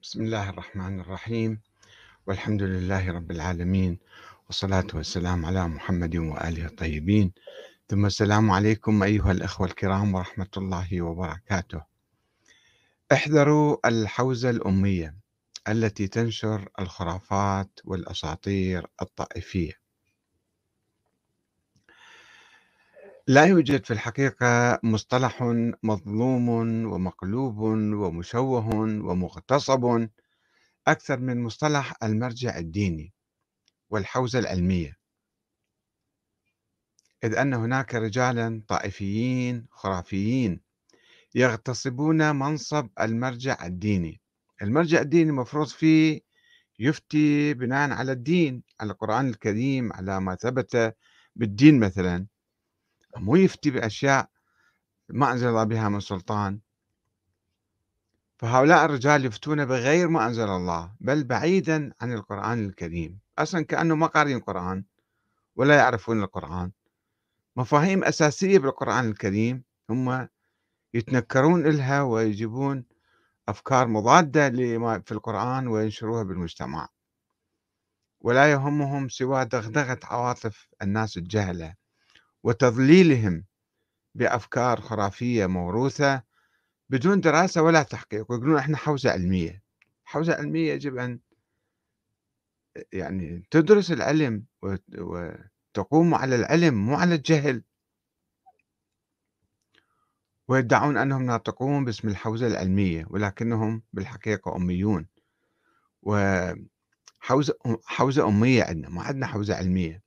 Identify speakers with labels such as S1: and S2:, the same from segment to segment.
S1: بسم الله الرحمن الرحيم، والحمد لله رب العالمين، والصلاة والسلام على محمد وآله الطيبين. ثم السلام عليكم أيها الأخوة الكرام ورحمة الله وبركاته. احذروا الحوزة الأمية التي تنشر الخرافات والأساطير الطائفية. لا يوجد في الحقيقة مصطلح مظلوم ومقلوب ومشوه ومغتصب أكثر من مصطلح المرجع الديني والحوزة العلمية، إذ أن هناك رجالا طائفيين خرافيين يغتصبون منصب المرجع الديني. المرجع الديني المفروض فيه يفتي بناء على الدين، على القرآن الكريم، على ما ثبت بالدين مثلا، مو يفتي بأشياء ما أنزل الله بها من سلطان. فهؤلاء الرجال يفتون بغير ما أنزل الله، بل بعيدا عن القرآن الكريم، أصلا كأنه ما قارين قرآن ولا يعرفون القرآن. مفاهيم أساسية بالقرآن الكريم هم يتنكرون إلها ويجيبون أفكار مضادة لما في القرآن وينشروها بالمجتمع، ولا يهمهم سوى دغدغة عواطف الناس الجهلة وتضليلهم بأفكار خرافية موروثة بدون دراسة ولا تحقيق، ويقولون احنا حوزة علمية. حوزة علمية يجب أن يعني تدرس العلم وتقوم على العلم مو على الجهل. ويدعون أنهم ناطقون باسم الحوزة العلمية، ولكنهم بالحقيقة أميون. وحوزة أمية عندنا، ما عندنا حوزة علمية.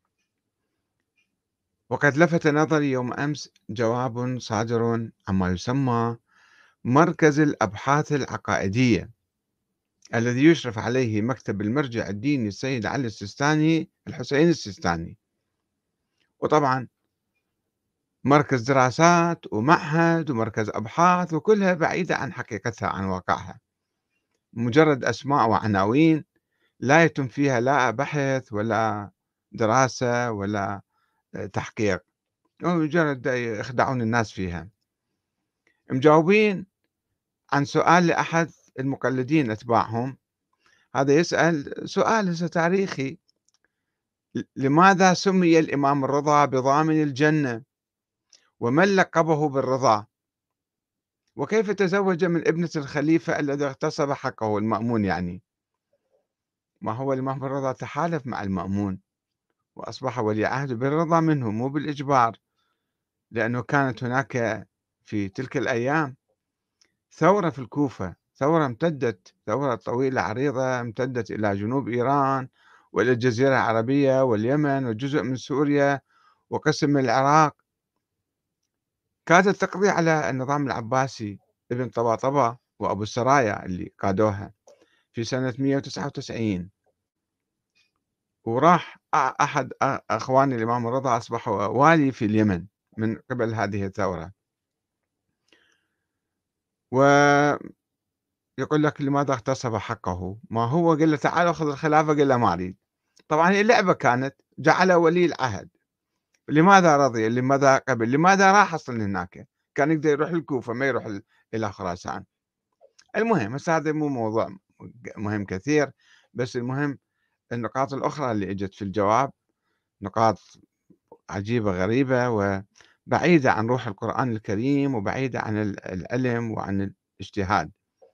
S1: وقد لفت نظري يوم أمس جواب صادر عما يسمى مركز الأبحاث العقائدية، الذي يشرف عليه مكتب المرجع الديني السيد علي السيستاني الحسين السيستاني، وطبعا مركز دراسات ومعهد ومركز أبحاث، وكلها بعيدة عن حقيقتها، عن واقعها، مجرد أسماء وعناوين لا يتم فيها لا بحث ولا دراسة ولا تحقيق، مجرد يخدعون الناس فيها. مجاوبين عن سؤال لأحد المقلدين أتباعهم، هذا يسأل سؤال هسه تاريخي: لماذا سمي الإمام الرضا بضامن الجنة؟ ومن لقبه بالرضا؟ وكيف تزوج من ابنة الخليفة الذي اغتصب حقه المأمون؟ يعني ما هو الإمام الرضا تحالف مع المأمون وأصبح ولي عهد بالرضا منه مو بالإجبار، لأنه كانت هناك في تلك الأيام ثورة في الكوفة، ثورة امتدت، ثورة طويلة عريضة امتدت إلى جنوب إيران وإلى الجزيرة العربية واليمن وجزء من سوريا وقسم من العراق، كادت تقضي على النظام العباسي ابن طباطبة وأبو السرايا اللي قادوها في سنة 199. وراح أحد أخوان الإمام الرضا أصبح والي في اليمن من قبل هذه الثورة، ويقول لك لماذا اغتصب حقه؟ ما هو قال له تعال أخذ الخلافة، قال له ما أريد. طبعا هي اللعبة كانت جعله ولي العهد. لماذا رضي؟ لماذا قبل؟ لماذا راح أصلا هناك؟ كان يقدر يروح الكوفة ما يروح إلى خراسان. المهم بس هذا مو موضوع مهم كثير، بس المهم النقاط الأخرى اللي اجت في الجواب نقاط عجيبة غريبة وبعيدة عن روح القرآن الكريم وبعيدة عن العلم وعن الاجتهاد.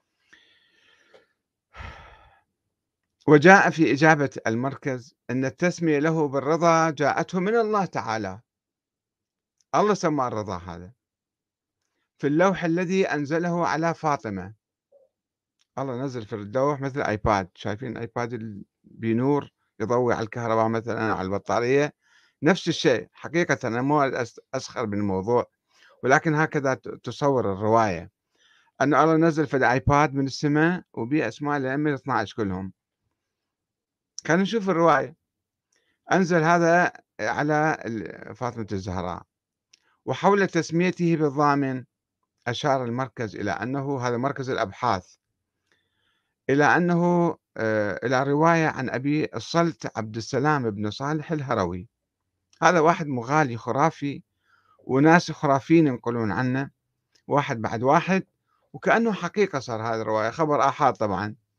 S1: وجاء في إجابة المركز أن التسمية له بالرضا جاءته من الله تعالى، الله سمى الرضا هذا في اللوح الذي أنزله على فاطمة. الله نزل في اللوح مثل ايباد، شايفين ايباد بنور يضوي على الكهرباء مثلا على البطارية، نفس الشيء حقيقة. أنا مو أسخر بالموضوع، ولكن هكذا تصور الرواية، أن الله نزل في الآيباد من السماء وبيه أسماء الأئمة 12 كلهم. خلينا نشوف الرواية. أنزل هذا على فاطمة الزهراء، وحول تسميته بالضامن أشار المركز إلى أنه هذا مركز الأبحاث، إلى أنه إلى رواية عن أبي الصلت عبد السلام بن صالح الهروي، هذا واحد مغالي خرافي وناس خرافيين ينقلون عنه واحد بعد واحد، وكأنه حقيقة صار هذه الرواية، خبر آحاد طبعا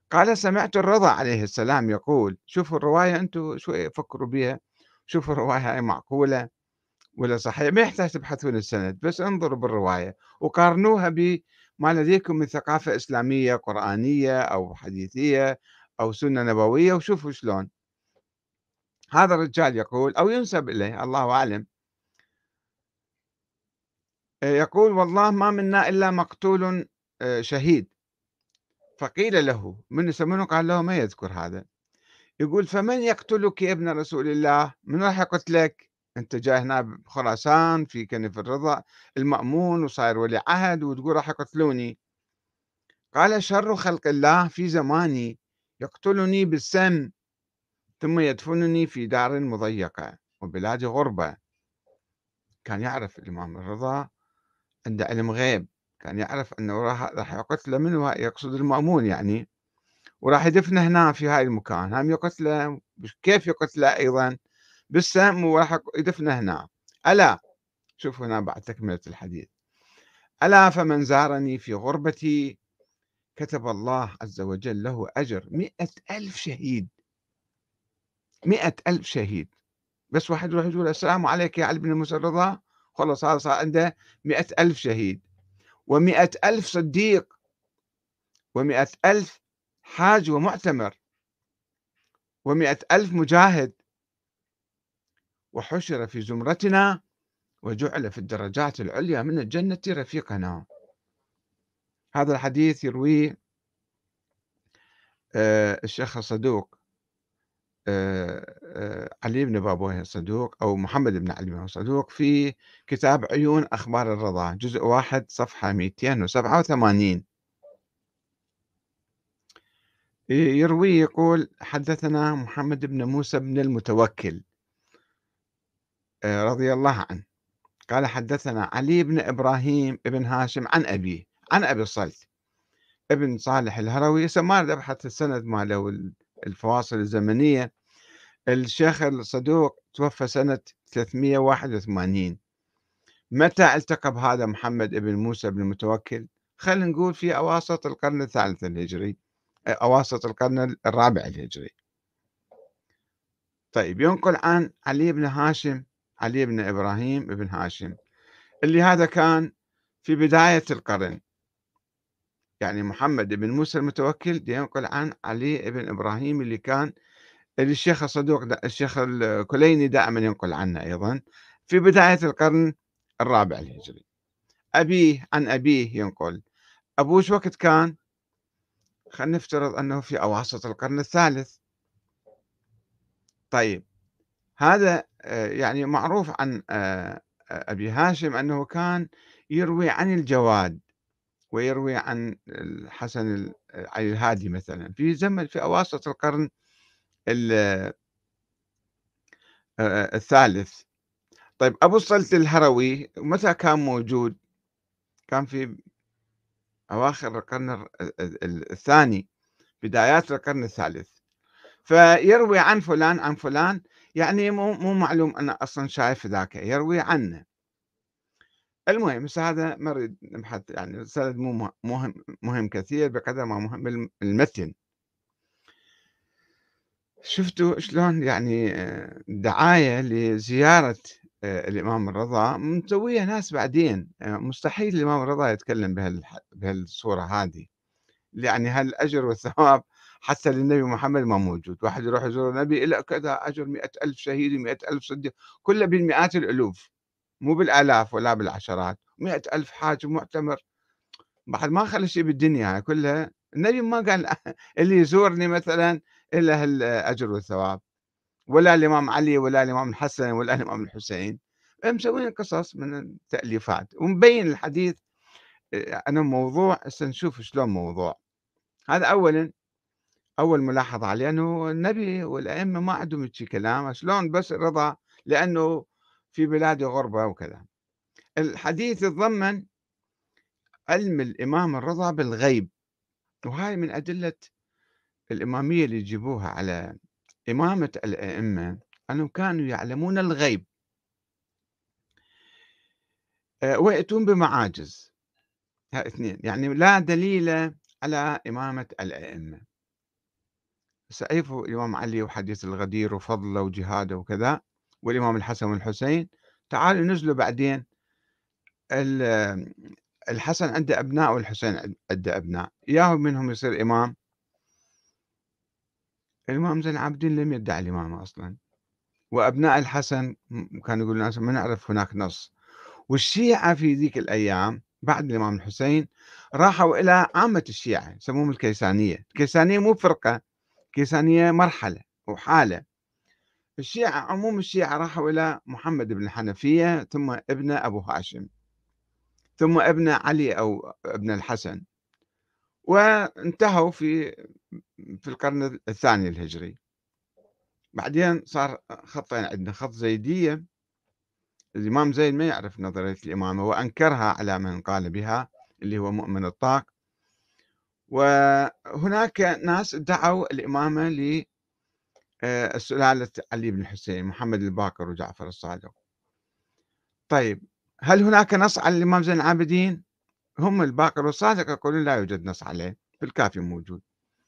S1: قال: سمعت الرضا عليه السلام يقول. شوفوا الرواية أنتم شوية فكروا بها، شوفوا الرواية هاي معقولة والّا صحيح، ما يحتاج تبحثون السند، بس انظروا بالرواية وقارنوها بما لديكم من ثقافة إسلامية قرآنية أو حديثية أو سنة نبوية وشوفوا شلون. هذا الرجال يقول أو ينسب إليه الله أعلم، يقول: والله ما منا إلا مقتول شهيد. فقيل له من يسمونه؟ قال له ما يذكر هذا. يقول: فمن يقتلك يا ابن رسول الله؟ من راح يقتلك؟ أنت جاي هنا بخراسان في كنف الرضا المأمون وصاير ولي عهد وتقول راح يقتلوني. قال: شر خلق الله في زماني يقتلني بالسم ثم يدفنني في دار مضيقة وبلاد غربة. كان يعرف الإمام الرضا عنده علم غيب، كان يعرف أنه راح يقتله، منه يقصد المأمون يعني، وراح يدفنه هنا في هاي المكان، هم يقتله كيف يقتله أيضا؟ بالسم، وراح يدفنه هنا. ألا، شوف هنا بعد تكملة الحديث: ألا فمن زارني في غربتي كتب الله عز وجل له أجر 100,000 شهيد. 100,000 شهيد، بس واحد يروح يقول السلام عليك يا علي بن موسى الرضا، خلص هذا صار عنده 100,000 شهيد، و100,000 صديق، و100,000 حاج ومعتمر، و100,000 مجاهد، وحشر في زمرتنا وجعل في الدرجات العليا من الجنة رفيقنا. هذا الحديث يرويه الشيخ الصدوق علي بن بابويه الصدوق أو محمد بن علي بن الصدوق في كتاب عيون أخبار الرضا جزء 1 صفحة 287. يروي يقول: حدثنا محمد بن موسى بن المتوكل رضي الله عنه قال: حدثنا علي بن إبراهيم بن هاشم عن أبيه عن أبي الصلت ابن صالح الهروي. ما أريد أبحث السند ماله والفواصل الزمنية. الشيخ الصدوق توفى سنة 381. متى التقى بهذا محمد بن موسى بن المتوكل؟ خلينا نقول في أواسط القرن الثالث الهجري، أواسط القرن الرابع الهجري. طيب، ينقل عن علي بن هاشم، علي بن إبراهيم بن هاشم، اللي هذا كان في بداية القرن. يعني محمد بن موسى المتوكل ينقل عن علي بن إبراهيم اللي الشيخ الصدوق الشيخ الكليني دائما ينقل عنه أيضا في بداية القرن الرابع الهجري. أبيه عن أبيه ينقل. أبوه شو وقت كان؟ خلينا نفترض أنه في أواسط القرن الثالث. طيب، هذا يعني معروف عن أبي هاشم أنه كان يروي عن الجواد ويروي عن الحسن علي الهادي مثلا في زمن في أواسط القرن الثالث. طيب، أبو الصلت الهروي متى كان موجود؟ كان في أواخر القرن الثاني، بدايات القرن الثالث. فيروي عن فلان عن فلان، يعني مو معلوم أنا أصلا شايف ذاك يروي عنه. المهم هسه هذا ما نريد نبحث، يعني السند مو مهم كثير بقدر ما مهم المتن. شفتوا شلون يعني دعاية لزيارة الإمام الرضا مسويها ناس بعدين، مستحيل الإمام الرضا يتكلم بهالصورة هذه. يعني هالأجر والثواب حتى للنبي محمد ما موجود. واحد يروح يزور النبي إلى كذا أجر 100,000 شهيد 100,000 صديق، كله بالمئات الألوف مو بالآلاف ولا بالعشرات. 100,000 حاج معتمر، بعد ما خلى شيء بالدنيا هاي كلها. النبي ما قال اللي يزورني مثلا إلا هالأجر والثواب، ولا الإمام علي ولا الإمام الحسن ولا الإمام الحسين. مسوين قصص من التأليفات ومبين الحديث أنه موضوع. هسه نشوف شلون موضوع. هذا أولا، أول ملاحظة عليه أنه النبي والأئمة ما عندهم هيجي كلام، شلون بس الرضا لأنه في بلاد غربة وكذا. الحديث يتضمن علم الإمام الرضا بالغيب، وهاي من أدلة الإمامية اللي يجيبوها على إمامة الأئمة، أنهم كانوا يعلمون الغيب ويأتون بمعاجز. ها اثنين، يعني لا دليل على إمامة الأئمة. سيفوا الإمام علي وحديث الغدير وفضله وجهاده وكذا، والإمام الحسن والحسين. تعالوا نزلوا بعدين. ال- الحسن عنده أبناء والحسين عنده أبناء، ياهو منهم يصير إمام. الإمام زين العابدين لم يدعي الإمامة أصلا. وأبناء الحسن كانوا يقولون الناس ما نعرف هناك نص. والشيعة في ذيك الأيام بعد الإمام الحسين راحوا إلى عامة الشيعة يسموهم الكيسانية. الكيسانية مو فرقة، الكيسانية مرحلة وحالة. الشيعة عموم الشيعة راحوا إلى محمد بن الحنفية، ثم ابنه أبو هاشم، ثم ابنه علي أو ابن الحسن، وانتهوا في القرن الثاني الهجري. بعدين صار خطين عندنا: خط زيدية، الإمام زيد ما يعرف نظرية الإمامة وأنكرها على من قال بها، اللي هو مؤمن الطاق. وهناك ناس ادعوا الإمامة لسلالة علي بن الحسين، محمد الباقر وجعفر الصادق. طيب، هل هناك نص على الإمام زين العابدين؟ هم الباقر والصادق يقولون لا يوجد نص عليه، في الكافي موجود.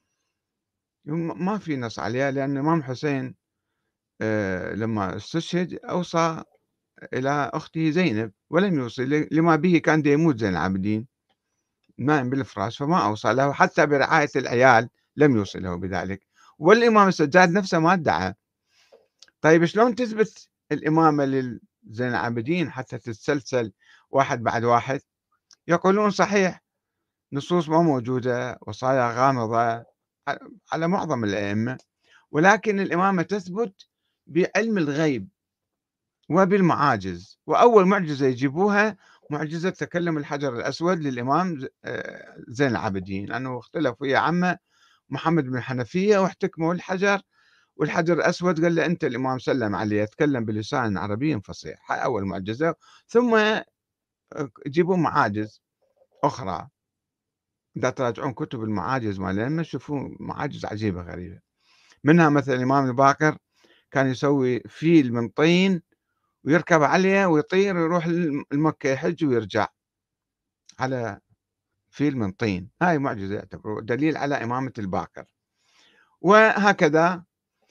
S1: ما في نص عليه، لأن الإمام حسين لما استشهد أوصى إلى أخته زينب ولم يوصي، لما به كان يموت زين العابدين نائم بالفراش، فما أوصى له حتى برعاية العيال، لم يوصي له بذلك. والإمام السجاد نفسه ما ادعى. طيب شلون تثبت الإمامة لزين العابدين حتى تتسلسل واحد بعد واحد؟ يقولون صحيح نصوص ما موجودة، وصايا غامضة على معظم الأئمة، ولكن الإمامة تثبت بعلم الغيب وبالمعاجز. وأول معجزة يجيبوها معجزة تكلم الحجر الأسود للإمام زين العابدين، لأنه اختلف ويا عمه محمد بن الحنفية واحتكموا الحجر، والحجر الأسود قال له أنت الإمام سلم عليه، يتكلم بلسان عربي فصيح. هاي أول معجزة. ثم يجيبون معاجز أخرى، إذا تراجعون كتب المعاجز مالهم تشوفون معاجز عجيبة غريبة. منها مثلا الإمام الباقر كان يسوي فيل من طين ويركب عليه ويطير ويروح لمكة يحج ويرجع على فيل من طين. هاي معجزة يعتبروا دليل على إمامة الباقر. وهكذا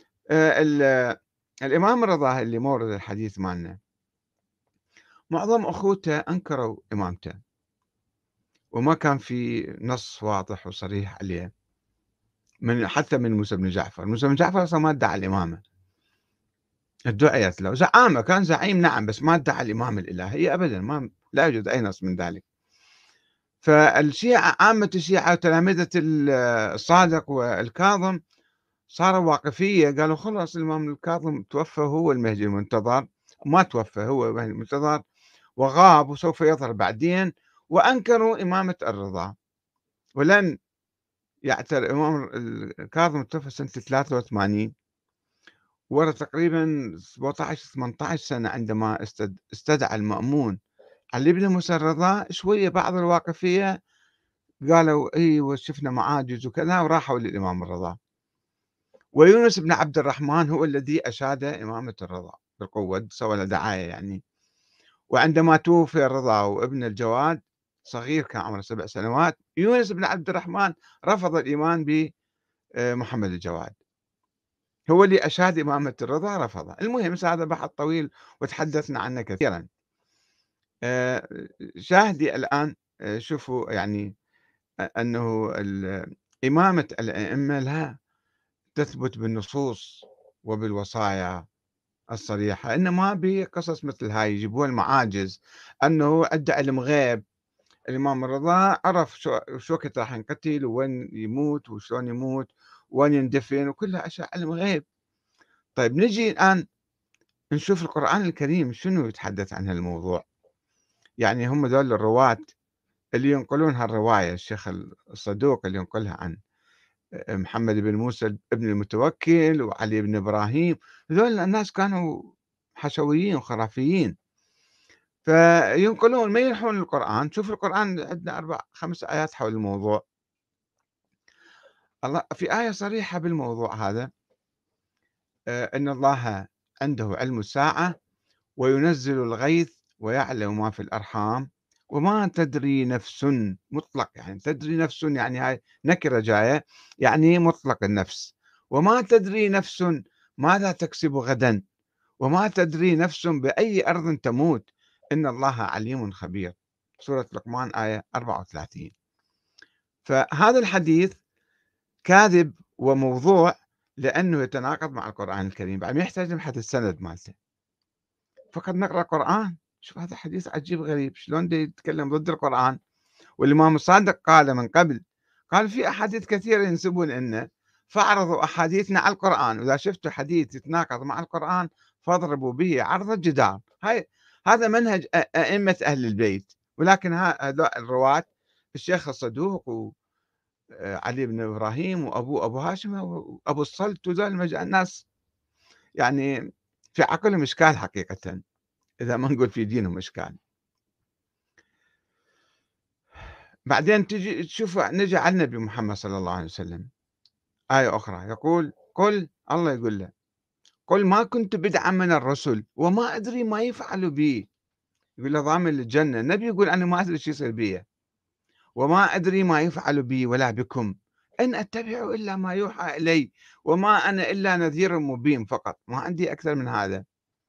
S1: الإمام الرضا اللي مورد الحديث مالنا، معظم أخوته أنكروا إمامته، وما كان في نص واضح وصريح عليه، حتى من موسى بن جعفر. موسى بن جعفر أصلا ما ادعى الإمامة، ادعيت له زعامة، كان زعيم نعم، بس ما ادعى الإمامة الإلهية أبدا، ما لا يوجد أي نص من ذلك. فالشيعة عامة الشيعة وتلامذة الصادق والكاظم صاروا واقفية، قالوا خلاص الإمام الكاظم توفى، هو المهدي المنتظر. ما توفى، هو المهدي المنتظر وغاب وسوف يظهر بعدين. وأنكروا إمامة الرضا، ولم يعتر الإمام الكاظم توفى سنة 83، ورا تقريبا 17 18 سنة، عندما استدعى المأمون علي بن موسى الرضا. شوية بعض الواقفية قالوا اي شفنا معاجز وكذا، وراحوا للإمام الرضا. ويونس بن عبد الرحمن هو الذي أشاد إمامة الرضا بالقوة، سوى له دعاية يعني. وعندما توفي الرضا وابن الجواد صغير كان عمره 7 سنوات، يونس بن عبد الرحمن رفض الإيمان بمحمد الجواد، هو اللي أشاد إمامة الرضا رفضه. المهم هذا بحث طويل وتحدثنا عنه كثيرا. آه، شاهدي الآن، شوفوا يعني أنه إمامة الأئمة لها تثبت بالنصوص وبالوصايا الصريحة، إنما بقصص مثل هاي يجيبوها المعاجز، أنه عنده علم غيب. الإمام الرضا عرف شو وقت راح ينقتل وين يموت وشلون يموت وين يندفن، وكلها أشياء علم غيب. طيب نجي الآن نشوف القرآن الكريم شنو يتحدث عن هالموضوع. يعني هم ذول الرواة اللي ينقلون هالرواية، الشيخ الصدوق اللي ينقلها عن محمد بن موسى ابن المتوكل وعلي بن إبراهيم، هذول الناس كانوا حشويين وخرافيين، فينقلون ما ينحون القرآن. شوف القرآن عندنا 4 5 آيات حول الموضوع. الله في آية صريحة بالموضوع هذا، إن الله عنده علم الساعة وينزل الغيث ويعلم ما في الأرحام وما تدري نفس، مطلق يعني تدري نفس، يعني هاي نكرة جاية يعني مطلق النفس. وما تدري نفس ماذا تكسب غدا، وما تدري نفس بأي أرض تموت، إن الله عليم خبير. سورة لقمان آية 34. فهذا الحديث كاذب وموضوع لأنه يتناقض مع القرآن الكريم، بعد ما يحتاج نبحث السند مالته، فقط نقرأ القرآن. شوف هذا حديث عجيب غريب، شلون دي يتكلم ضد القرآن. والإمام الصادق قال من قبل، قال في أحاديث كثيرة ينسبون إنه، فاعرضوا أحاديثنا على القرآن، وإذا شفتوا حديث يتناقض مع القرآن فاضربوا به عرض الجدار. هذا منهج أئمة أهل البيت. ولكن هذول الرواة، الشيخ الصدوق وعلي بن إبراهيم وأبوه أبو هاشم وأبو الصلت، وذول الناس يعني في عقلهم إشكال حقيقة، إذا ما نقول في دينهم إشكال. بعدين تجي تشوف، نجي على النبي محمد صلى الله عليه وسلم، آية أخرى يقول قل، الله يقول له قل ما كنت بدعا من الرسل وما أدري ما يفعل بي. يقول له ضامن للجنة، النبي يقول أنا ما أدري شو يصير بي، وما أدري ما يفعل بي ولا بكم، إن أتبع إلا ما يوحى إلي وما أنا إلا نذير مبين فقط، ما عندي أكثر من هذا.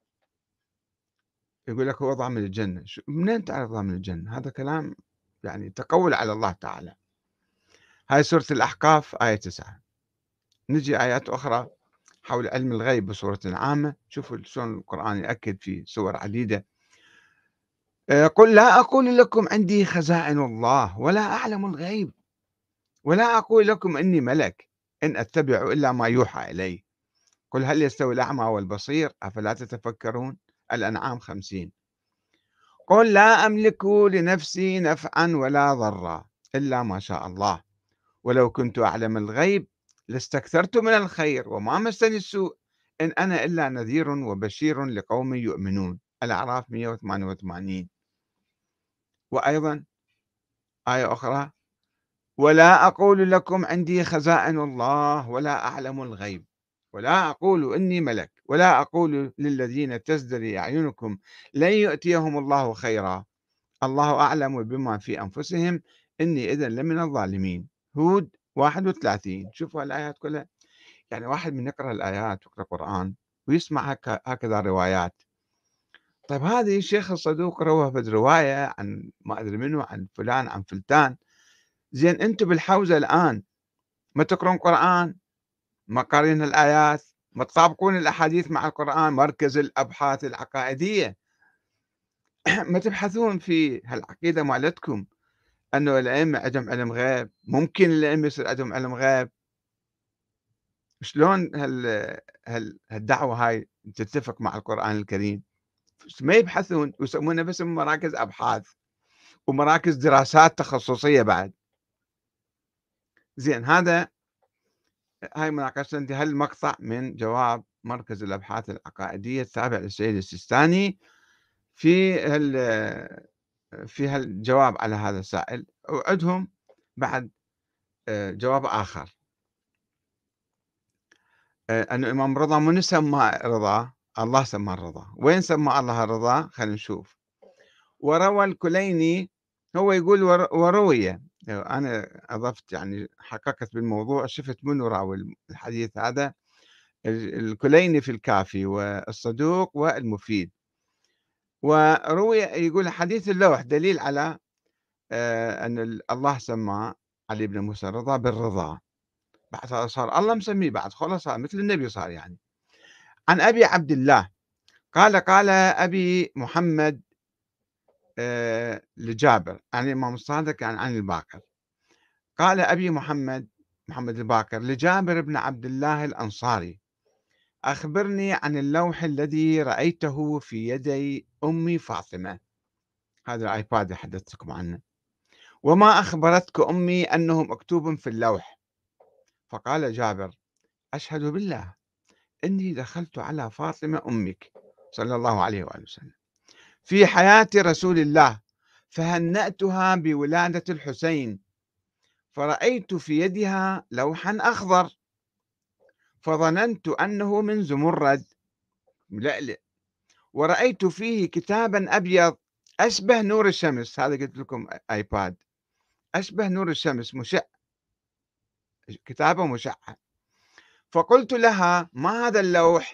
S1: يقول لك هو ضامن الجنة. منين تعرف ضامن الجنة؟ هذا كلام يعني تقول على الله تعالى. هاي سورة الأحقاف آية 9. نجي آيات أخرى حول علم الغيب بصورة عامة. شوفوا شلون القرآن يأكد في سور عديدة. قل لا أقول لكم عندي خزائن الله ولا أعلم الغيب ولا أقول لكم إني ملك إن أتبع إلا ما يوحى إلي. قل هل يستوي الأعمى والبصير أفلا تتفكرون. الأنعام 50. قل لا أملك لنفسي نفعا ولا ضرا إلا ما شاء الله ولو كنت أعلم الغيب لاستكثرت من الخير وما مسني السوء إن أنا إلا نذير وبشير لقوم يؤمنون. الأعراف 188. وأيضا آية أخرى ولا أقول لكم عندي خزائن الله ولا أعلم الغيب ولا أقول إني ملك ولا أقول للذين تزدري أعينكم لن يؤتيهم الله خيرا الله أعلم بما في أنفسهم إني إذا لمن الظالمين. هود 31. شوفوا الآيات كلها. يعني واحد من يقرأ الآيات ويقرأ القرآن ويسمع هكذا روايات. طيب هذه الشيخ الصدوق روى في رواية عن ما أدري منه عن فلان عن فلتان. زين أنتم بالحوزة الآن ما تقرون قرآن، ما قارين الآيات، ما تطابقون الأحاديث مع القرآن، مركز الأبحاث العقائدية ما تبحثون في هالعقيدة مالتكم أنه الأئمة عندهم علم غيب، ممكن الأئمة يصير عندهم علم غيب. شلون هالدعوة هاي تتفق مع القرآن الكريم؟ ما يبحثون ويسمونها بس مراكز أبحاث ومراكز دراسات تخصصية بعد. زين هاي مناقشتي هالمقطع من جواب مركز الأبحاث العقائدية التابع للسيد السيستاني في هالجواب على هذا السائل. وعندهم بعد جواب آخر أن الإمام رضا من سمى رضا؟ الله سمى الرضا. وين سمى الله الرضا؟ خلينا نشوف. وروى الكليني، هو يقول وروي، أنا أضفت يعني حققت بالموضوع، شفت منو راوي الحديث هذا. الكليني في الكافي والصدوق والمفيد. وروي يقول حديث اللوح دليل على أن الله سمى علي بن موسى الرضا بالرضا. بعد هذا صار الله مسميه بعد، خلاص صار مثل النبي صار يعني. عن أبي عبد الله قال أبي محمد لجابر عن الإمام الصادق يعني عن الباقر. قال أبي محمد الباقر لجابر بن عبد الله الأنصاري أخبرني عن اللوح الذي رأيته في يدي أمي فاطمة. هذا الآيباد اللي حدثتكم عنه. وما أخبرتك أمي أنه مكتوب في اللوح؟ فقال جابر أشهد بالله إني دخلت على فاطمة أمك صلى الله عليه وآله وسلم في حياة رسول الله فهنأتها بولادة الحسين فرأيت في يدها لوحا أخضر فظننت أنه من زمرد ملألئ ورأيت فيه كتابا أبيض أشبه نور الشمس. هذا قلت لكم آيباد أشبه نور الشمس مشع، كتابة مشعة. فقلت لها: ما هذا اللوح؟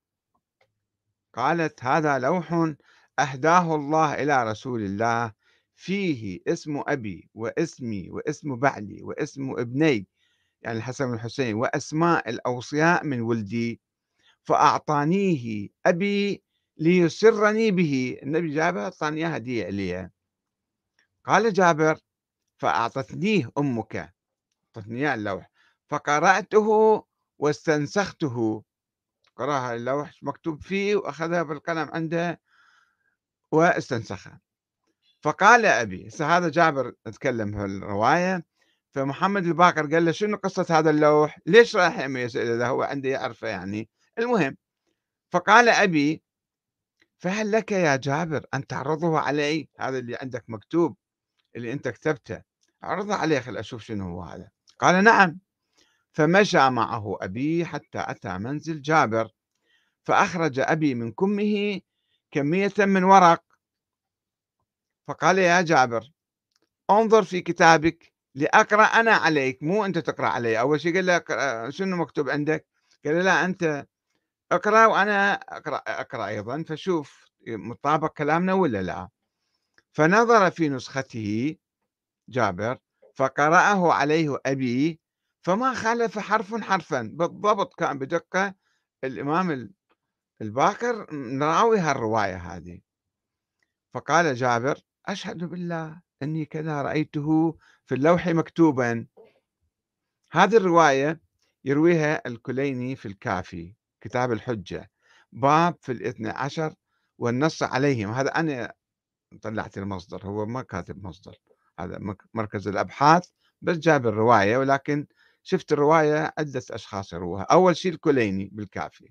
S1: قالت: هذا لوح أهداه الله إلى رسول الله، فيه اسم أبي واسمي واسم بعلي واسم ابني، يعني الحسن والحسين، وأسماء الأوصياء من ولدي، فأعطانيه أبي ليسرني به. النبي جابه أعطاني إياه هدية إلي. قال جابر: فأعطتنيه أمك، أعطتني إياه اللوح، فقرأته واستنسخته. قرأها اللوح مكتوب فيه وأخذها بالقلم عنده واستنسخها. فقال أبي، هسه هذا جابر اتكلم في الرواية، فمحمد الباقر قال له: شنو قصة هذا اللوح؟ ليش رايح يسأل إذا هو عنده يعرفه يعني؟ المهم، فقال أبي: فهل لك يا جابر أن تعرضه علي؟ هذا اللي عندك مكتوب، اللي أنت كتبته، عرضه علي خل أشوف شنو هو هذا. قال: نعم. فمشى معه أبي حتى أتى منزل جابر، فأخرج أبي من كمه كمية من ورق، فقال: يا جابر، انظر في كتابك لأقرأ أنا عليك، مو أنت تقرأ علي. أول شيء قال له: شنو مكتوب عندك؟ قال له: لا، أنت اقرأ وأنا أقرأ أيضا، فشوف مطابق كلامنا ولا لا. فنظر في نسخته جابر، فقرأه عليه أبي، فما خالف حرف حرفا، بالضبط كان بدقة. الإمام الباقر راوي هالرواية هذه. فقال جابر: أشهد بالله أني كذا رأيته في اللوح مكتوبا. هذه الرواية يرويها الكليني في الكافي كتاب الحجة، باب في الاثنى عشر والنص عليهم. هذا أنا طلعت المصدر، هو ما كاتب مصدر، هذا مركز الأبحاث، بس جاب الرواية، ولكن شفت الرواية عدة أشخاص يروها. أول شيء الكليني بالكافي.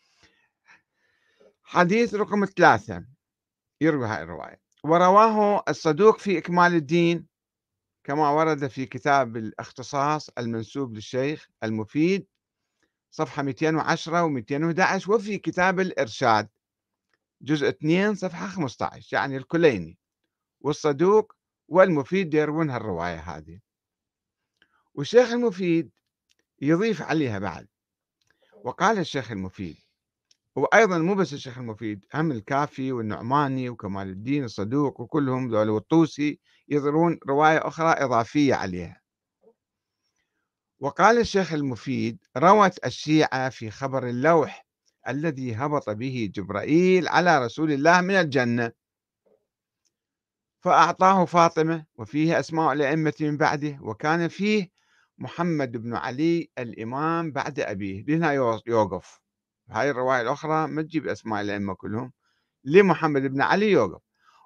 S1: حديث رقم 3 يروي هاي الرواية: ورواه الصدوق في إكمال الدين كما ورد في كتاب الاختصاص المنسوب للشيخ المفيد صفحة 210 و211، وفي كتاب الإرشاد جزء 2 صفحة 15. يعني الكليني والصدوق والمفيد يروون هالرواية هذه، والشيخ المفيد يضيف عليها بعد. وقال الشيخ المفيد، وأيضا مو بس الشيخ المفيد، هم الكافي والنعماني وكمال الدين الصدوق وكلهم ذول والطوسي يضرون رواية أخرى إضافية عليها. وقال الشيخ المفيد: روت الشيعة في خبر اللوح الذي هبط به جبرائيل على رسول الله من الجنة، فأعطاه فاطمة، وفيه أسماء الأئمة من بعده، وكان فيه محمد بن علي الإمام بعد أبيه. لهنا يوقف. هاي الرواية الأخرى ما تجيب أسماء الأئمة كلهم، لمحمد بن علي يوقف.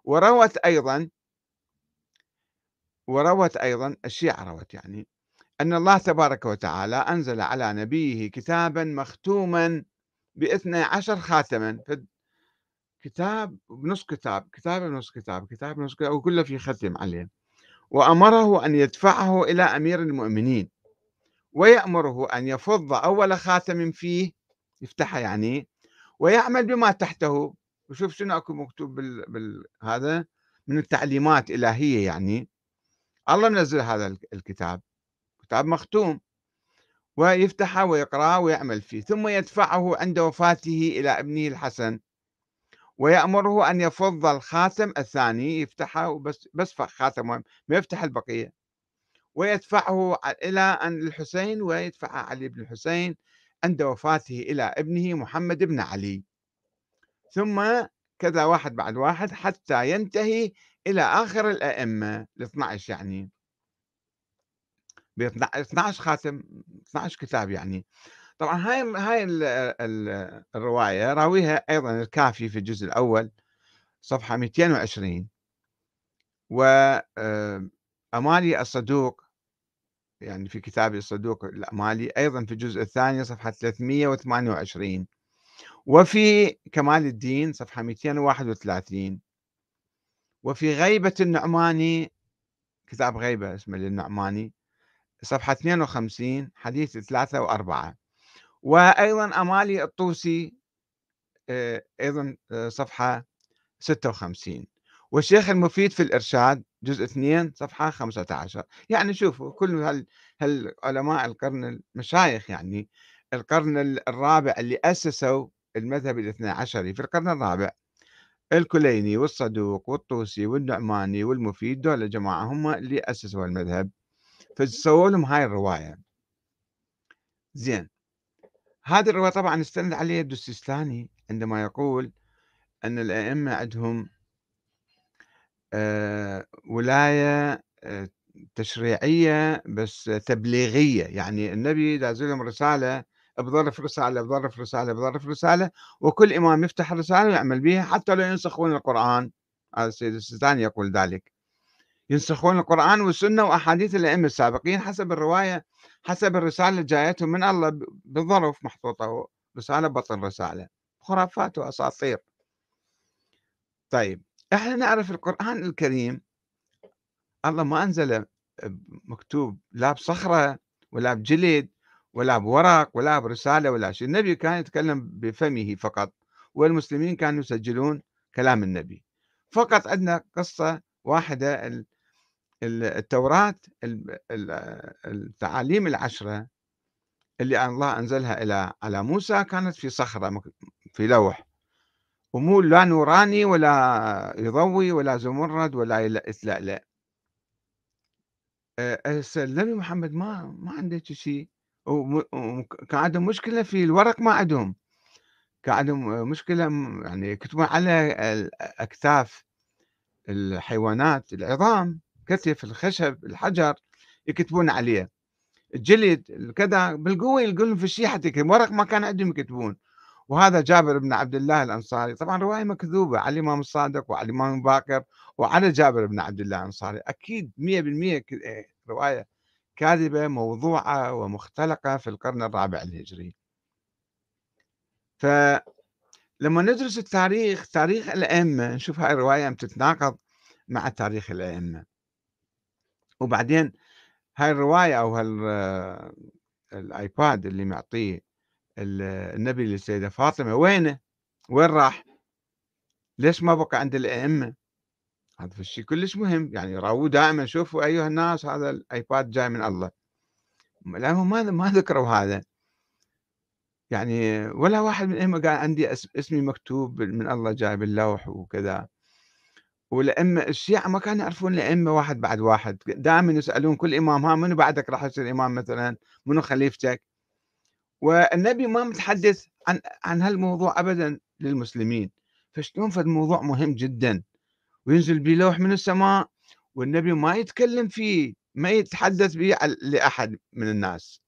S1: وروت أيضا الشيعة روت يعني أن الله تبارك وتعالى أنزل على نبيه كتابا مختوما ب12 خاتما، كتاب بنص كتاب، كتاب بنص كتاب، كتاب بنص كتاب، وكله في ختم عليه. وأمره أن يدفعه إلى أمير المؤمنين، ويأمره أن يفض أول خاتم فيه، يفتحه يعني، ويعمل بما تحته. وشوف شنو أكو مكتوب هذا من التعليمات الإلهية يعني. الله منزل هذا الكتاب، كتاب مختوم، ويفتحه ويقرأه ويعمل فيه، ثم يدفعه عند وفاته إلى ابنه الحسن، ويأمره أن يفض الخاتم الثاني، يفتحه بس خاتم، ما يفتح البقية، ويدفعه إلى أن الحسين، ويدفع علي بن الحسين عند وفاته إلى ابنه محمد بن علي، ثم كذا واحد بعد واحد حتى ينتهي إلى آخر الأئمة ال 12 يعني، ب 12 خاتم، 12 كتاب يعني. طبعا هاي الرواية راويها أيضا الكافي في الجزء الأول صفحة 220، وأمالي الصدوق يعني في كتاب الصدوق الأمالي أيضا في الجزء الثاني صفحة 328، وفي كمال الدين صفحة 231، وفي غيبة النعماني، كتاب غيبة اسمه للنعماني، صفحة 52 حديث 3 و4، وأيضا أمالي الطوسي أيضا صفحة 56، والشيخ المفيد في الإرشاد جزء 2 صفحة 15. يعني شوفوا كل هالعلماء القرن المشايخ يعني القرن الرابع اللي أسسوا المذهب الاثني عشري في القرن الرابع، الكليني والصدوق والطوسي والنعماني والمفيد، دول جماعة هم اللي أسسوا المذهب، فسووا لهم هاي الرواية. زين، هذه الرواية طبعا استند عليها الدستيستاني عندما يقول أن الأئمة عندهم ولاية تشريعية بس تبليغية، يعني النبي داز لهم رسالة بظرف رسالة بظرف رسالة بظرف رسالة، وكل إمام يفتح الرسالة ويعمل بها حتى لو ينسخون القرآن. هذا السيد السيستاني يقول ذلك، ينسخون القرآن والسنة وأحاديث الأئمة السابقين حسب الرواية، حسب الرسالة اللي جايتهم من الله بالظرف محطوطة، رسالة بطن رسالة، خرافات وأساطير. طيب، احنا نعرف القرآن الكريم الله ما أنزله مكتوب لا بصخرة ولا بجلد ولا بورق ولا برسالة ولا شيء، النبي كان يتكلم بفمه فقط، والمسلمين كانوا يسجلون كلام النبي. فقط عندنا قصة واحدة، التوراة، التعاليم العشرة اللي الله أنزلها على موسى كانت في صخرة في لوح، ومو لا نوراني ولا يضوي ولا زمرد ولا يتلألأ. هسه النبي محمد ما عنده هيك شيء، كان عندهم مشكلة في الورق، ما عندهم، كان عندهم مشكلة يعني يكتبون على أكتاف الحيوانات العظام، كتف الخشب الحجر يكتبون عليه، الجلد كذا بالقوة يلقون في الشيء حتى يكتبون، ورق ما كان عندهم يكتبون. وهذا جابر بن عبد الله الأنصاري، طبعا رواية مكذوبة على الإمام الصادق وعلى الإمام باكر وعلى جابر بن عبد الله الأنصاري، أكيد 100% رواية كاذبة موضوعة ومختلقة في القرن الرابع الهجري. فلما ندرس التاريخ، تاريخ الأئمة، نشوف هاي الرواية تتناقض مع تاريخ الأئمة. وبعدين هاي الرواية أو الآيباد اللي معطيه النبي للسيدة فاطمة وينه؟ وين راح؟ ليش ما بقى عند الأئمة؟ هذا الشيء كلش مهم، يعني راووه دائما، شوفوا أيها الناس هذا الآيباد جاي من الله، لأنهم ما ذكروا هذا، يعني ولا واحد من الأئمة قال عندي اسمي مكتوب من الله جاي باللوح وكذا. والأئمة الشيعة ما كانوا يعرفون الأئمة واحد بعد واحد، دائما يسألون كل إمام ها منو بعدك راح يصير إمام مثلا، منو خليفتك، والنبي ما متحدث عن هالموضوع أبدا للمسلمين. فشلون فد موضوع مهم جدا وينزل بلوح من السماء والنبي ما يتكلم فيه، ما يتحدث به لأحد من الناس.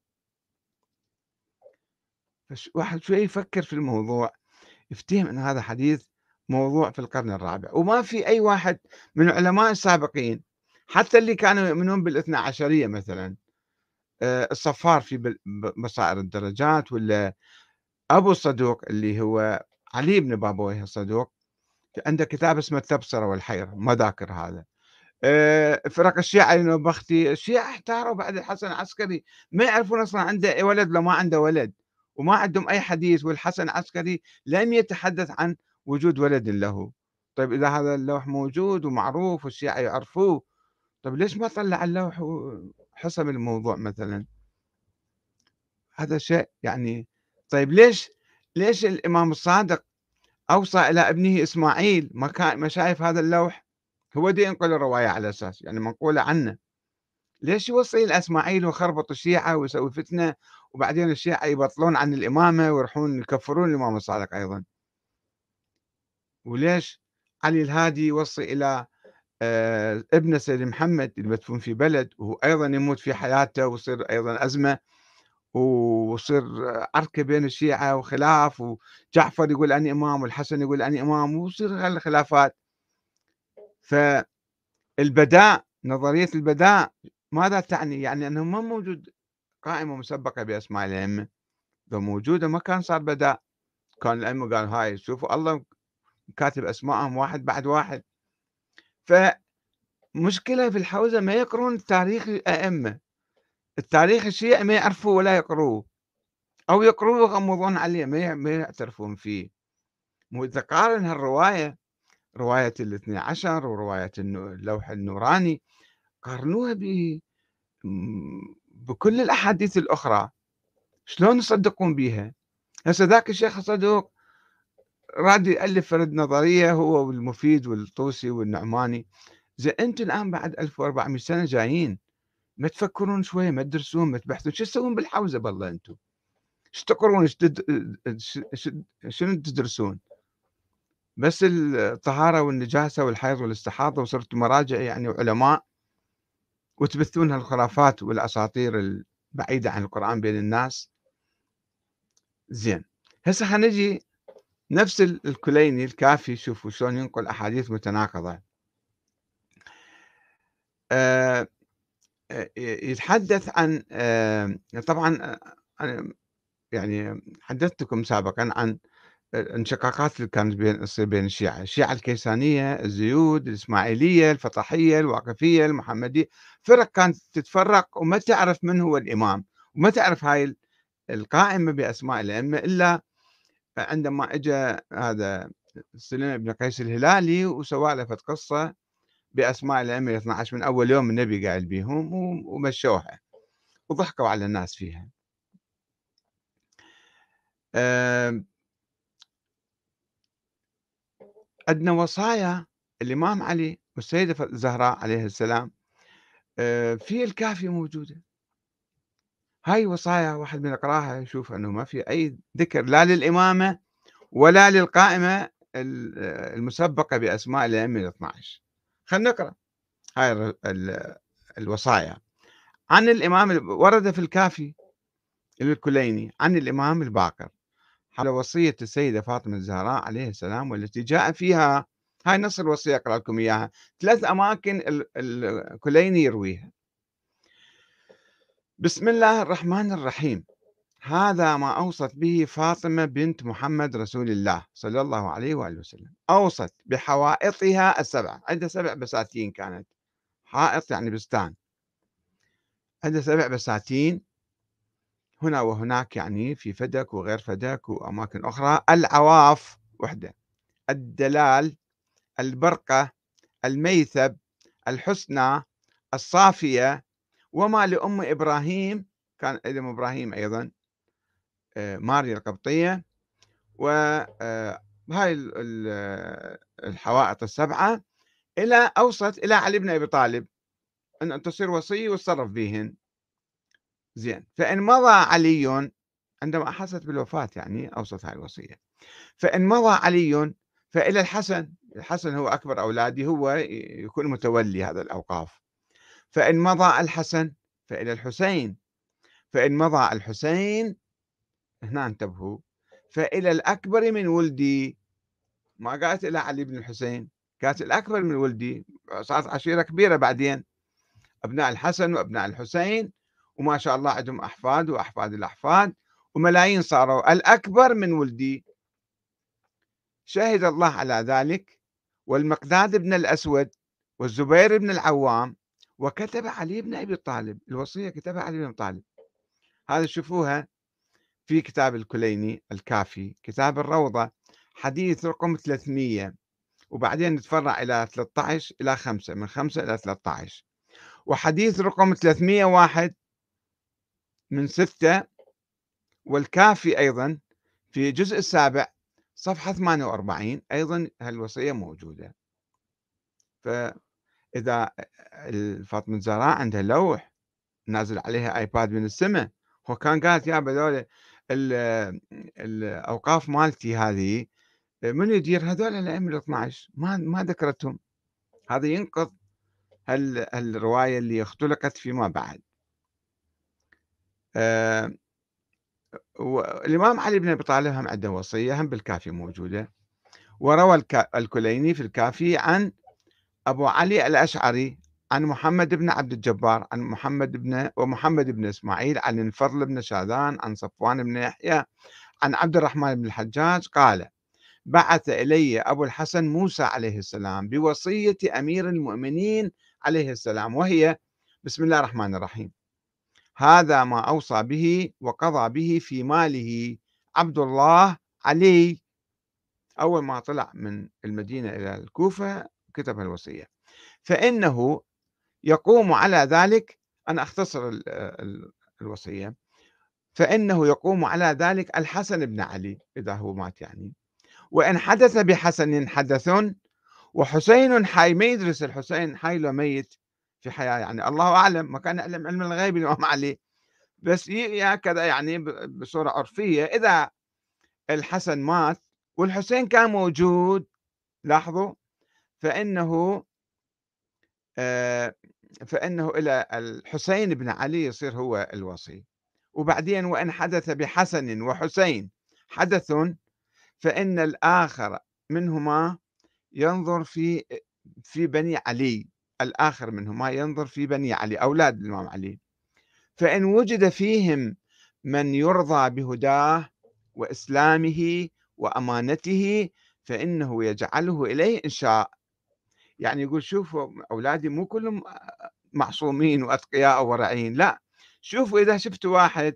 S1: واحد شوي يفكر في الموضوع يفتهم أن هذا حديث موضوع في القرن الرابع، وما في أي واحد من العلماء السابقين حتى اللي كانوا يؤمنون بالاثنى عشرية مثلا، الصفار في بصائر الدرجات، ولا أبو الصدوق اللي هو علي بن بابويه الصدوق، عنده كتاب اسمه التبصرة والحيرة، ما ذاكر هذا. فرق الشيعة النوبختي، الشيعة احتاروا بعد الحسن العسكري، ما يعرفون أصلا عنده ولد ولا ما عنده ولد، وما عندهم أي حديث، والحسن العسكري لم يتحدث عن وجود ولد له. طيب إذا هذا اللوح موجود ومعروف والشيعة يعرفوه، طيب ليش ما طلع اللوح وحسم الموضوع مثلا؟ هذا شيء يعني. طيب ليش الإمام الصادق أوصى إلى ابنه إسماعيل، ما شايف هذا اللوح، هو دي ينقل الرواية على أساس يعني منقولة عنه، ليش يوصي إلى إسماعيل ويخربط الشيعة ويسوي فتنة، وبعدين الشيعة يبطلون عن الإمامة ويروحون يكفرون الإمام الصادق أيضا؟ وليش علي الهادي يوصي إلى ابن سيد محمد المدفون في بلد وهو أيضا يموت في حياته ويصير أيضا أزمة ويصير عركة بين الشيعة وخلاف، وجعفر يقول أني إمام والحسن يقول أني إمام ويصير هالخلافات. فالبداء، نظرية البداء ماذا تعني؟ يعني أنه ما موجود قائمة مسبقة بأسماء الأئمة، لو موجودة ما كان صار بداء، كان الأئمة قال هاي شوفوا الله كاتب أسمائهم واحد بعد واحد. فمشكلة في الحوزة ما يقرون تاريخ الأئمة، التاريخ الشيعي ما يعرفوه ولا يقروه، أو يقروه ويغمضون عليه، ما يعترفون فيه. وإذا قارن هالرواية، رواية الاثني عشر ورواية اللوح شلون يصدقون بيها؟ هسه ذاك الشيخ صدوق راد يألف فرد نظرية هو والمفيد والطوسي والنعماني، زين أنتم الآن بعد 1400 سنة جايين، ما تفكرون شوية، ما تدرسون، ما تبحثون، شو تسوون بالحوزة بالله أنتم؟ ايش تقرون، شنو تدرسون؟ بس الطهارة والنجاسة والحيض والاستحاضة، وصرتوا مراجع يعني وعلماء، وتبثون هالخرافات والأساطير البعيدة عن القرآن بين الناس. زين، هسه حنجي نفس الكليني الكافي، شوفوا شلون ينقل أحاديث متناقضة. آآ يتحدث عن طبعًا أنا يعني حدثتكم سابقًا عن الانشقاقات اللي كانت تصير بين الشيعة، الشيعة الكيسانية، الزيود، الإسماعيلية، الفطحية، الواقفية، المحمدية، فرق كانت تتفرق وما تعرف من هو الإمام، وما تعرف هاي القائمة بأسماء الأئمة إلا عندما إجا هذا سليمان بن قيس الهلالي وسوى له فد قصة بأسماء الأئمة ال12 من أول يوم النبي قايل بيهم ومشوها وضحكوا على الناس فيها. آمم عندنا وصايا الإمام علي والسيدة الزهراء عليه السلام، في الكافي موجودة. هاي وصايا واحد من يقراها يشوف أنه ما في أي ذكر لا للإمامة ولا للقائمة المسبقة بأسماء الأئمة ال12. خلينا نقرأ هاي الوصايا عن الإمام ورد في الكافي للكليني عن الإمام الباقر على وصية السيدة فاطمة الزهراء عليه السلام، والتي جاء فيها، هاي نص الوصية أقرأ لكم إياها، 3 أماكن الكليني يرويها. بسم الله الرحمن الرحيم. هذا ما أوصت به فاطمة بنت محمد رسول الله صلى الله عليه وآله وسلم. أوصت بحوائطها السبعة، عندها 7 بساتين كانت، حائط يعني بستان، عندها 7 بساتين هنا وهناك، يعني في فدك وغير فدك وأماكن أخرى. العواف وحدة، الدلال، البرقة، الميثب، الحسنى، الصافية، وما لأم إبراهيم، كان أم إبراهيم أيضا ماريا القبطية، وهاي الحوائط السبعة، إلى أوصت إلى علي بن أبي طالب أن تصير وصية وتصرف بهن. زين، فإن مضى علي، عندما أحست بالوفاة يعني أوصت هاي الوصية، فإن مضى علي فإلى الحسن، الحسن هو أكبر أولادي، هو يكون متولي هذا الأوقاف. فإن مضى الحسن فإلى الحسين، فإن مضى الحسين، هنا انتبهوا، فإلى الأكبر من ولدي. ما قالت إلى علي بن الحسين، قالت الأكبر من ولدي، صارت عشيرة كبيرة بعدين، أبناء الحسن وأبناء الحسين، وما شاء الله عندهم أحفاد وأحفاد الأحفاد، وملايين صاروا، الأكبر من ولدي. شهد الله على ذلك، والمقداد بن الأسود، والزبير بن العوام، وكتب علي بن أبي طالب، الوصية كتبها علي بن أبي طالب. هذا شوفوها في كتاب الكليني الكافي، كتاب الروضة، حديث رقم 300، وبعدين نتفرع إلى 13 إلى 5، من 5 إلى 13، وحديث رقم 301 من 6، والكافي أيضا في الجزء السابع صفحة 48 أيضا هالوصية موجودة. فإذا فاطمة الزهراء عندها لوح نازل عليها ايباد من السماء، هو كان قالت يا هذول الاوقاف مالتي هذه من يدير؟ هذول الائمه ال 12 ما ذكرتهم. هذا ينقض الروايه اللي اختلقت فيما بعد. آه والامام علي بن ابي طالب هم عنده وصيه، هم بالكافي موجوده. وروى الكليني في الكافي عن أبو علي الأشعري عن محمد بن عبد الجبار عن محمد بن إسماعيل عن الفضل بن شاذان عن صفوان بن يحيى عن عبد الرحمن بن الحجاج قال: بعث إلي أبو الحسن موسى عليه السلام بوصية أمير المؤمنين عليه السلام، وهي بسم الله الرحمن الرحيم. هذا ما أوصى به وقضى به في ماله عبد الله علي. أول ما طلع من المدينة إلى الكوفة كتب الوصية، فإنه يقوم على ذلك. أنا أختصر الوصية. فإنه يقوم على ذلك الحسن بن علي إذا هو مات يعني. وإن حدث بحسن حدث وحسين حي، ما يدرس الحسين حي لو ميت في حياة، يعني الله أعلم، ما كان يعلم علم الغيب الإمام علي، بس هكذا يعني بصورة عرفية، إذا الحسن مات والحسين كان موجود، لاحظوا، فإنه آآ فإنه إلى الحسين بن علي يصير هو الوصي. وبعدين وإن حدث بحسن وحسين حدث، فإن الآخر منهما ينظر في بني علي، الآخر منهما ينظر في بني علي أولاد الإمام علي، فإن وجد فيهم من يرضى بهداه وإسلامه وأمانته فإنه يجعله إليه إن شاء. يعني يقول شوفوا أولادي مو كلهم معصومين وأتقياء أو ورعين، لا، شوفوا إذا شفتوا واحد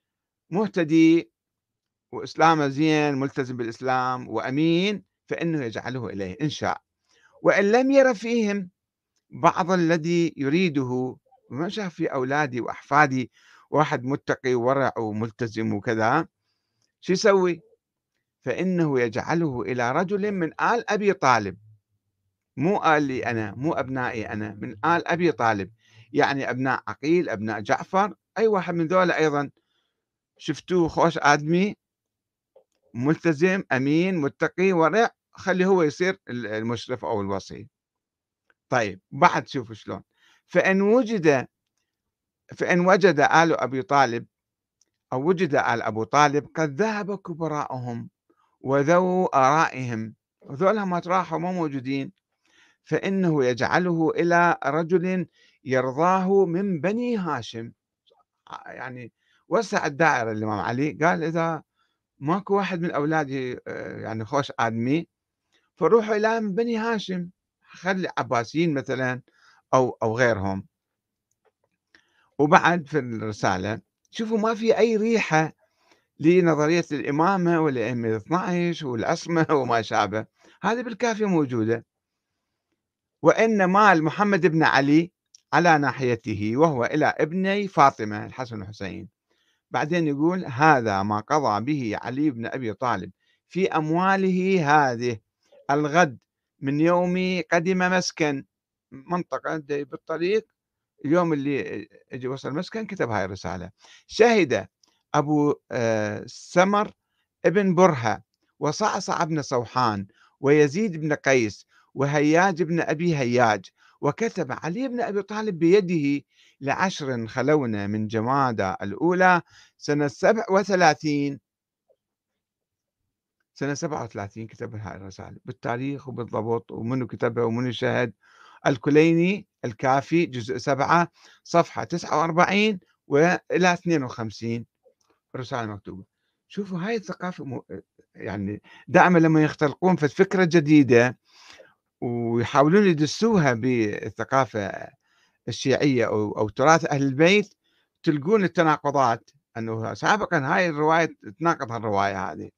S1: مهتدي وإسلامه زين ملتزم بالإسلام وأمين فإنه يجعله إليه إن شاء. وإن لم ير فيهم بعض الذي يريده، ما شاف في أولادي وأحفادي واحد متقي وورع وملتزم وكذا، شو يسوي؟ فإنه يجعله إلى رجل من آل أبي طالب، مو آل لي أنا، مو أبنائي أنا، من آل أبي طالب، يعني أبناء عقيل، أبناء جعفر، أي واحد من ذولا أيضا شفتوه خوش آدمي ملتزم أمين متقي ورع، خلي هو يصير المشرف أو الوصي. طيب بعد شوفوا شلون، فإن وجد فإن وجد آل أبي طالب أو وجد آل أبو طالب قد ذهب كبراءهم وذو آرائهم، وذولا ما راحوا مو موجودين، فإنه يجعله إلى رجل يرضاه من بني هاشم. يعني وسع الدائرة الإمام علي، قال إذا ماكو واحد من أولادي يعني خوش آدمي فروحوا إلى من بني هاشم، خلي عباسيين مثلا أو غيرهم. وبعد في الرسالة شوفوا ما في أي ريحة لنظرية الإمامة والأئمة الاثنى والعصمة وما شابه، هذه بالكافية موجودة. وإن مال محمد بن علي على ناحيته وهو إلى ابني فاطمة الحسن والحسين. بعدين يقول هذا ما قضى به علي بن أبي طالب في أمواله هذه الغد من يوم قدم مسكن، منطقة بالطريق، اليوم اللي اجى وصل مسكن كتب هاي الرسالة. شهد أبو سمر ابن برهة وصعصع بن صوحان ويزيد بن قيس وهياج بن أبي هياج، وكتب علي بن أبي طالب بيده ل10 خلون من جمادى الأولى سنة 37، سنة 37 كتب هاي الرسالة بالتاريخ وبالضبط، ومنو كتبها ومنو شهد. الكليني الكافي جزء 7 صفحة 49 وإلى 52 رسالة مكتوبة. شوفوا هاي الثقافة يعني دائما لما يختلقون في فكرة جديدة ويحاولون يدسوها بالثقافة الشيعية أو تراث أهل البيت، تلقون التناقضات، أنه سابقا هاي الرواية تناقض الرواية هذه.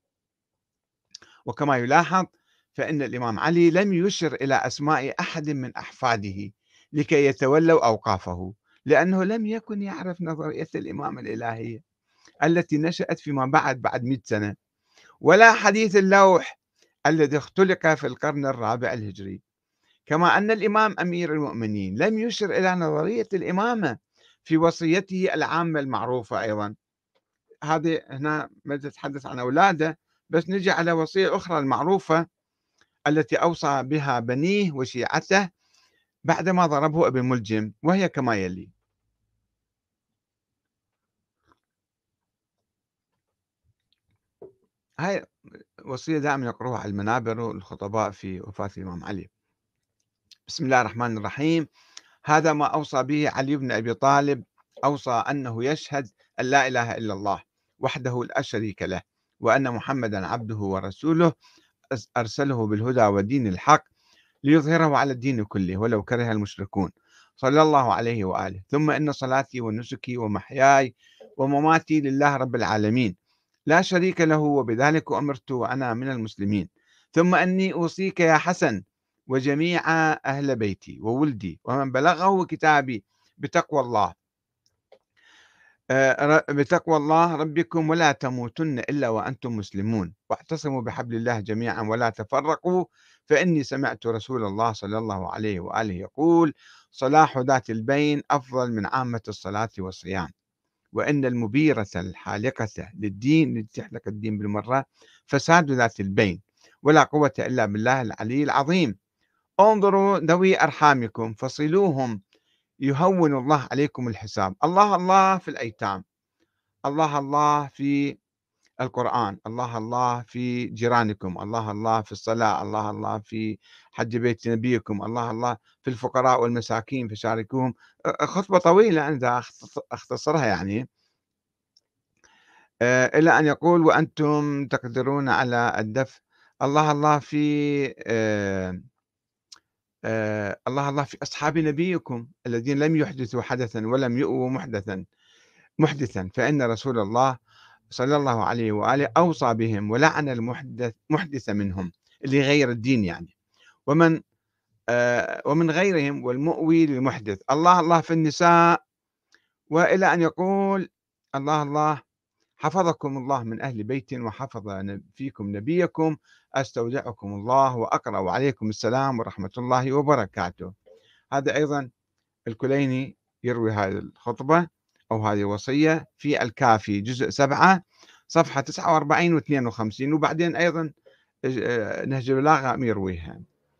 S1: وكما يلاحظ فإن الإمام علي لم يشر إلى أسماء أحد من أحفاده لكي يتولوا أوقافه، لأنه لم يكن يعرف نظرية الإمامة الإلهية التي نشأت فيما بعد 100 سنة، ولا حديث اللوح الذي اختلق في القرن الرابع الهجري. كما أن الإمام أمير المؤمنين لم يشر إلى نظرية الإمامة في وصيته العامة المعروفة أيضا. هذه هنا ما تتحدث عن أولاده، بس نجي على وصية أخرى المعروفة التي أوصى بها بنيه وشيعته بعدما ضربه ابن ملجم، وهي كما يلي. هاي وصية دائما يقرأوها على المنابر والخطباء في وفاة الإمام علي. بسم الله الرحمن الرحيم. هذا ما أوصى به علي بن أبي طالب، أوصى أنه يشهد أن لا إله إلا الله وحده لا شريك له، وأن محمدا عبده ورسوله أرسله بالهدى ودين الحق ليظهره على الدين كله ولو كره المشركون، صلى الله عليه وآله. ثم إن صلاتي ونسكي ومحياي ومماتي لله رب العالمين لا شريك له وبذلك أمرت وأنا من المسلمين. ثم أني أوصيك يا حسن وجميع أهل بيتي وولدي ومن بلغه كتابي بتقوى الله بتقوى الله ربكم ولا تموتن إلا وأنتم مسلمون واعتصموا بحبل الله جميعا ولا تفرقوا فإني سمعت رسول الله صلى الله عليه وآله يقول صلاح ذات البين أفضل من عامة الصلاة والصيام وإن المبيرة الحالقة للدين اللي تحلق الدين بالمرة فساد ذات البين ولا قوة إلا بالله العلي العظيم انظروا ذوي أرحامكم فصلوهم يهون الله عليكم الحساب الله الله في الأيتام الله الله في القرآن الله الله في جيرانكم الله الله في الصلاة الله الله في حج بيت نبيكم الله الله في الفقراء والمساكين فشاركوهم خطبة طويلة أنا دا أختصرها يعني إلى أن يقول وأنتم تقدرون على الدفع الله الله في الله الله في أصحاب نبيكم الذين لم يحدثوا حدثا ولم يؤووا محدثا فإن رسول الله صلى الله عليه وآله أوصى بهم ولعن محدث منهم اللي غير الدين يعني ومن ومن غيرهم والمؤوي للمحدث الله الله في النساء وإلى أن يقول الله الله حفظكم الله من أهل بيت وحفظ فيكم نبيكم أستودعكم الله وأقرأ عليكم السلام ورحمة الله وبركاته. هذا أيضا الكليني يروي هذه الخطبة أو هذه الوصية في الكافي جزء 7 صفحة 49 و52 وبعدين أيضا نهج البلاغة يرويها.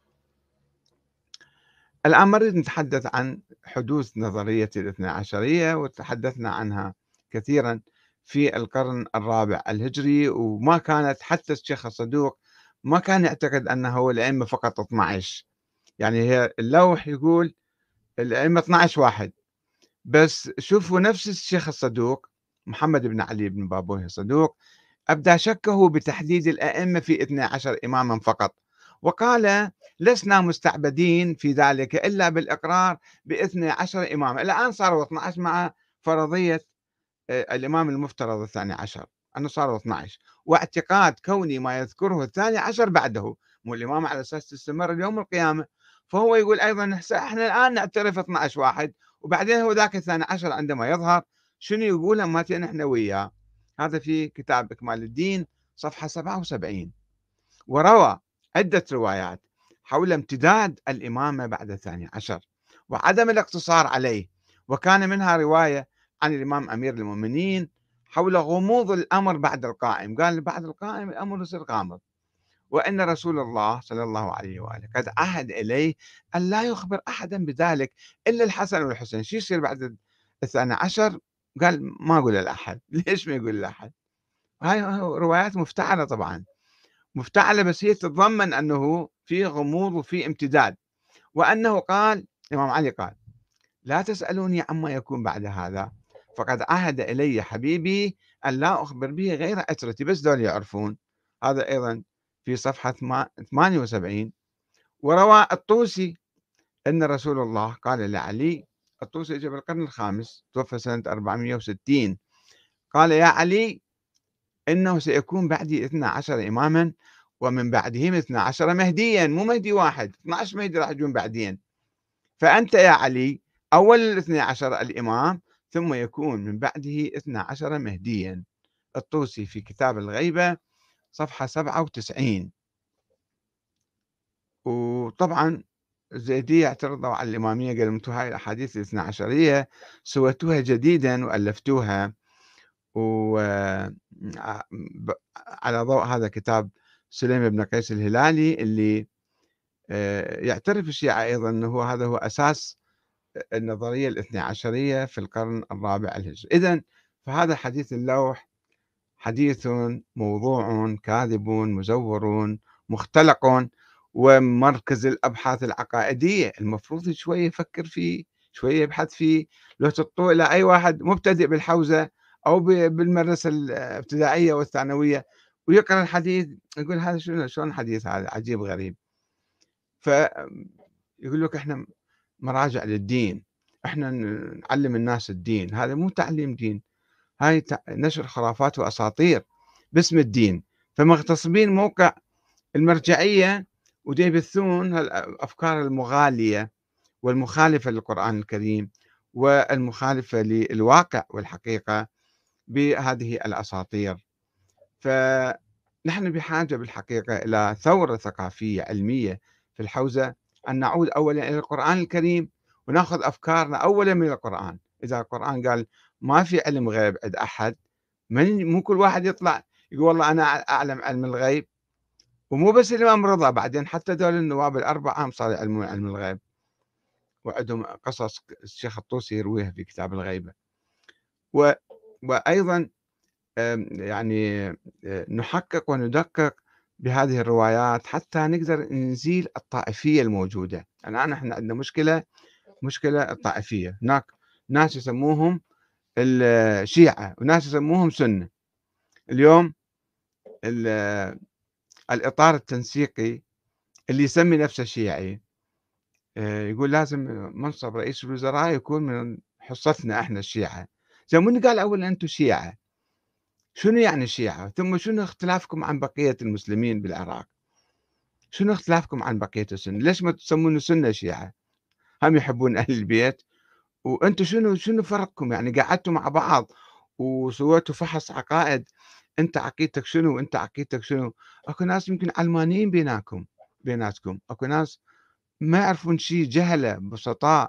S1: الآن نريد نتحدث عن حدوث نظرية الاثنى عشرية وتحدثنا عنها كثيرا في القرن الرابع الهجري وما كانت حتى الشيخ الصدوق ما كان يعتقد أنه الأئمة فقط 12 يعني هي اللوح يقول الأئمة 12 واحد بس شوفوا نفس الشيخ الصدوق محمد بن علي بن بابويه الصدوق أبدى شكه بتحديد الأئمة في 12 إماما فقط وقال لسنا مستعبدين في ذلك إلا بالإقرار ب12 إماما الآن صاروا 12 مع فرضية الإمام المفترض الثاني عشر أنه صاروا 12 واعتقاد كوني ما يذكره الثاني عشر بعده مو الإمام على أساس تستمر اليوم القيامة فهو يقول أيضا احنا الآن نعترف 12 واحد وبعدين هو ذاك الثاني عشر عندما يظهر شنو يقول ماتين احنا وياه. هذا في كتاب إكمال الدين صفحة 77 وروى عدة روايات حول امتداد الإمامة بعد الثاني عشر وعدم الاقتصار عليه وكان منها رواية عن الإمام أمير المؤمنين حول غموض الأمر بعد القائم قال بعد القائم الأمر يصير غامض وأن رسول الله صلى الله عليه وآله قد عهد إليه أن لا يخبر أحدا بذلك إلا الحسن والحسين شو يصير بعد الثاني عشر قال ما أقول لأحد ليش ما يقول لأحد هاي روايات مفتعلة طبعا مفتعلة بس هي تتضمن أنه في غموض وفي امتداد وأنه قال الإمام علي قال لا تسألوني عما يكون بعد هذا فقد عهد إلي حبيبي أن لا أخبر به غير عترتي بس دول يعرفون. هذا أيضا في صفحة 78 وروى الطوسي أن رسول الله قال لعلي الطوسي جاء بالقرن الخامس توفى سنة 460 قال يا علي إنه سيكون بعدي 12 إماما ومن بعدهم 12 مهديا مو مهدي واحد 12 مهدي راح يجون بعدين فأنت يا علي أول الاثني عشر الإمام ثم يكون من بعده 12 مهديا. الطوسي في كتاب الغيبة صفحة 97 وطبعا الزيدية اعترضوا على الإمامية قالوا انتم هاي الأحاديث الاثنى عشرية سويتوها جديدا وألفتوها وعلى ضوء هذا كتاب سليم بن قيس الهلالي اللي يعترف الشيعة أيضا أنه هذا هو أساس النظرية الاثنى عشرية في القرن الرابع الهجري. إذن فهذا حديث اللوح حديث موضوع كاذب مزور مختلق ومركز الأبحاث العقائدية المفروض شوية يفكر فيه شوية يبحث فيه لو تطوع إلى أي واحد مبتدئ بالحوزة أو بالمدرسة الابتدائية والثانوية ويقرأ الحديث يقول هذا شلون حديث هذا عجيب غريب فيقول لك احنا مراجع للدين احنا نعلم الناس الدين هذا مو تعليم دين هاي نشر خرافات وأساطير باسم الدين فمغتصبين موقع المرجعية ودي يبثون الأفكار المغالية والمخالفة للقرآن الكريم والمخالفة للواقع والحقيقة بهذه الأساطير. فنحن بحاجة بالحقيقة إلى ثورة ثقافية علمية في الحوزة، أن نعود أولا إلى القرآن الكريم وناخذ أفكارنا أولا من القرآن. إذا القرآن قال ما في علم غيب عند أحد، مو كل واحد يطلع يقول والله أنا أعلم علم الغيب. ومو بس الإمام رضا، بعدين حتى ذول النواب الأربعة هم صاروا يعلمون علم الغيب، وعندهم قصص الشيخ الطوسي يرويها في كتاب الغيبة. و وأيضًا يعني نحقق وندقق بهذه الروايات حتى نقدر نزيل الطائفية الموجودة. الآن إحنا عندنا مشكلة الطائفية، هناك ناس يسموهم الشيعة وناس يسموهم سنة. اليوم ال الإطار التنسيقي اللي يسمي نفسه شيعي يقول لازم منصب رئيس الوزراء يكون من حصتنا إحنا الشيعة. زين من قال أول أنتم شيعة؟ شنو يعني شيعة؟ ثم شنو اختلافكم عن بقية المسلمين بالعراق؟ شنو اختلافكم عن بقية السنة؟ ليش ما تسمون السنة شيعة؟ هم يحبون أهل البيت، وأنتم شنو فرقكم؟ يعني قعدتوا مع بعض وسويتوا فحص عقائد، أنت عقيدتك شنو وأنت عقيدتك شنو؟ أكو ناس يمكن علمانيين بيناتكم، أكو ناس ما يعرفون شيء، جهلة بسطاء.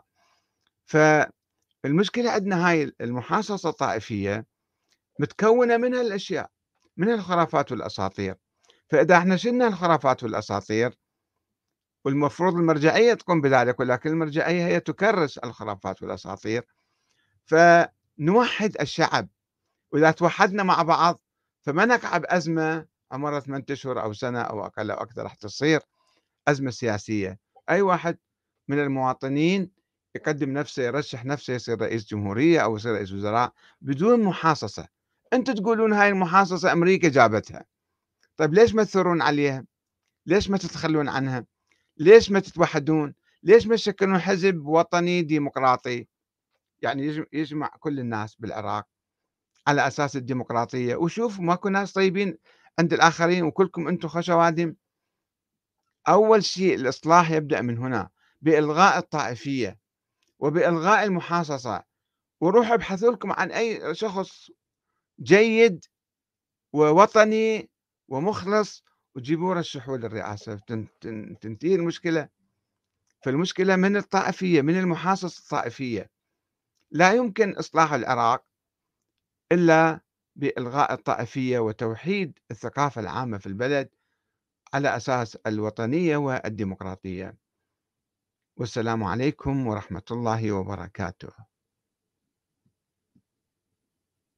S1: فالمشكلة عندنا هاي المحاصصة الطائفية متكونة من هالأشياء، من الخرافات والأساطير. فإذا إحنا شلنا الخرافات والأساطير، والمفروض المرجعية تقوم بذلك، ولكن المرجعية هي تكرس الخرافات والأساطير، فنوحد الشعب. وإذا توحدنا مع بعض فما نقع بأزمة عمرها 8 أشهر أو سنة أو أقل أو أكثر، راح تصير أزمة سياسية. أي واحد من المواطنين يقدم نفسه، يرشح نفسه يصير رئيس جمهورية أو يصير رئيس وزراء بدون محاصصة. أنتم تقولون هاي المحاصصة أمريكا جابتها، طيب ليش ما تثورون عليها؟ ليش ما تتخلون عنها؟ ليش ما تتوحدون؟ ليش ما تشكلون حزب وطني ديمقراطي، يعني يجمع كل الناس بالعراق على أساس الديمقراطية؟ وشوف ماكو ناس طيبين عند الآخرين وكلكم أنتم خشوادم. أول شيء الإصلاح يبدأ من هنا، بإلغاء الطائفية وبإلغاء المحاصصة. وروحوا ابحثوا لكم عن أي شخص جيد ووطني ومخلص وجيبوه رشحوه للرئاسة، تنتهي المشكلة. فالمشكلة من الطائفية، من المحاصصة الطائفية. لا يمكن إصلاح العراق إلا بإلغاء الطائفية وتوحيد الثقافة العامة في البلد على أساس الوطنية والديمقراطية. والسلام عليكم ورحمة الله وبركاته.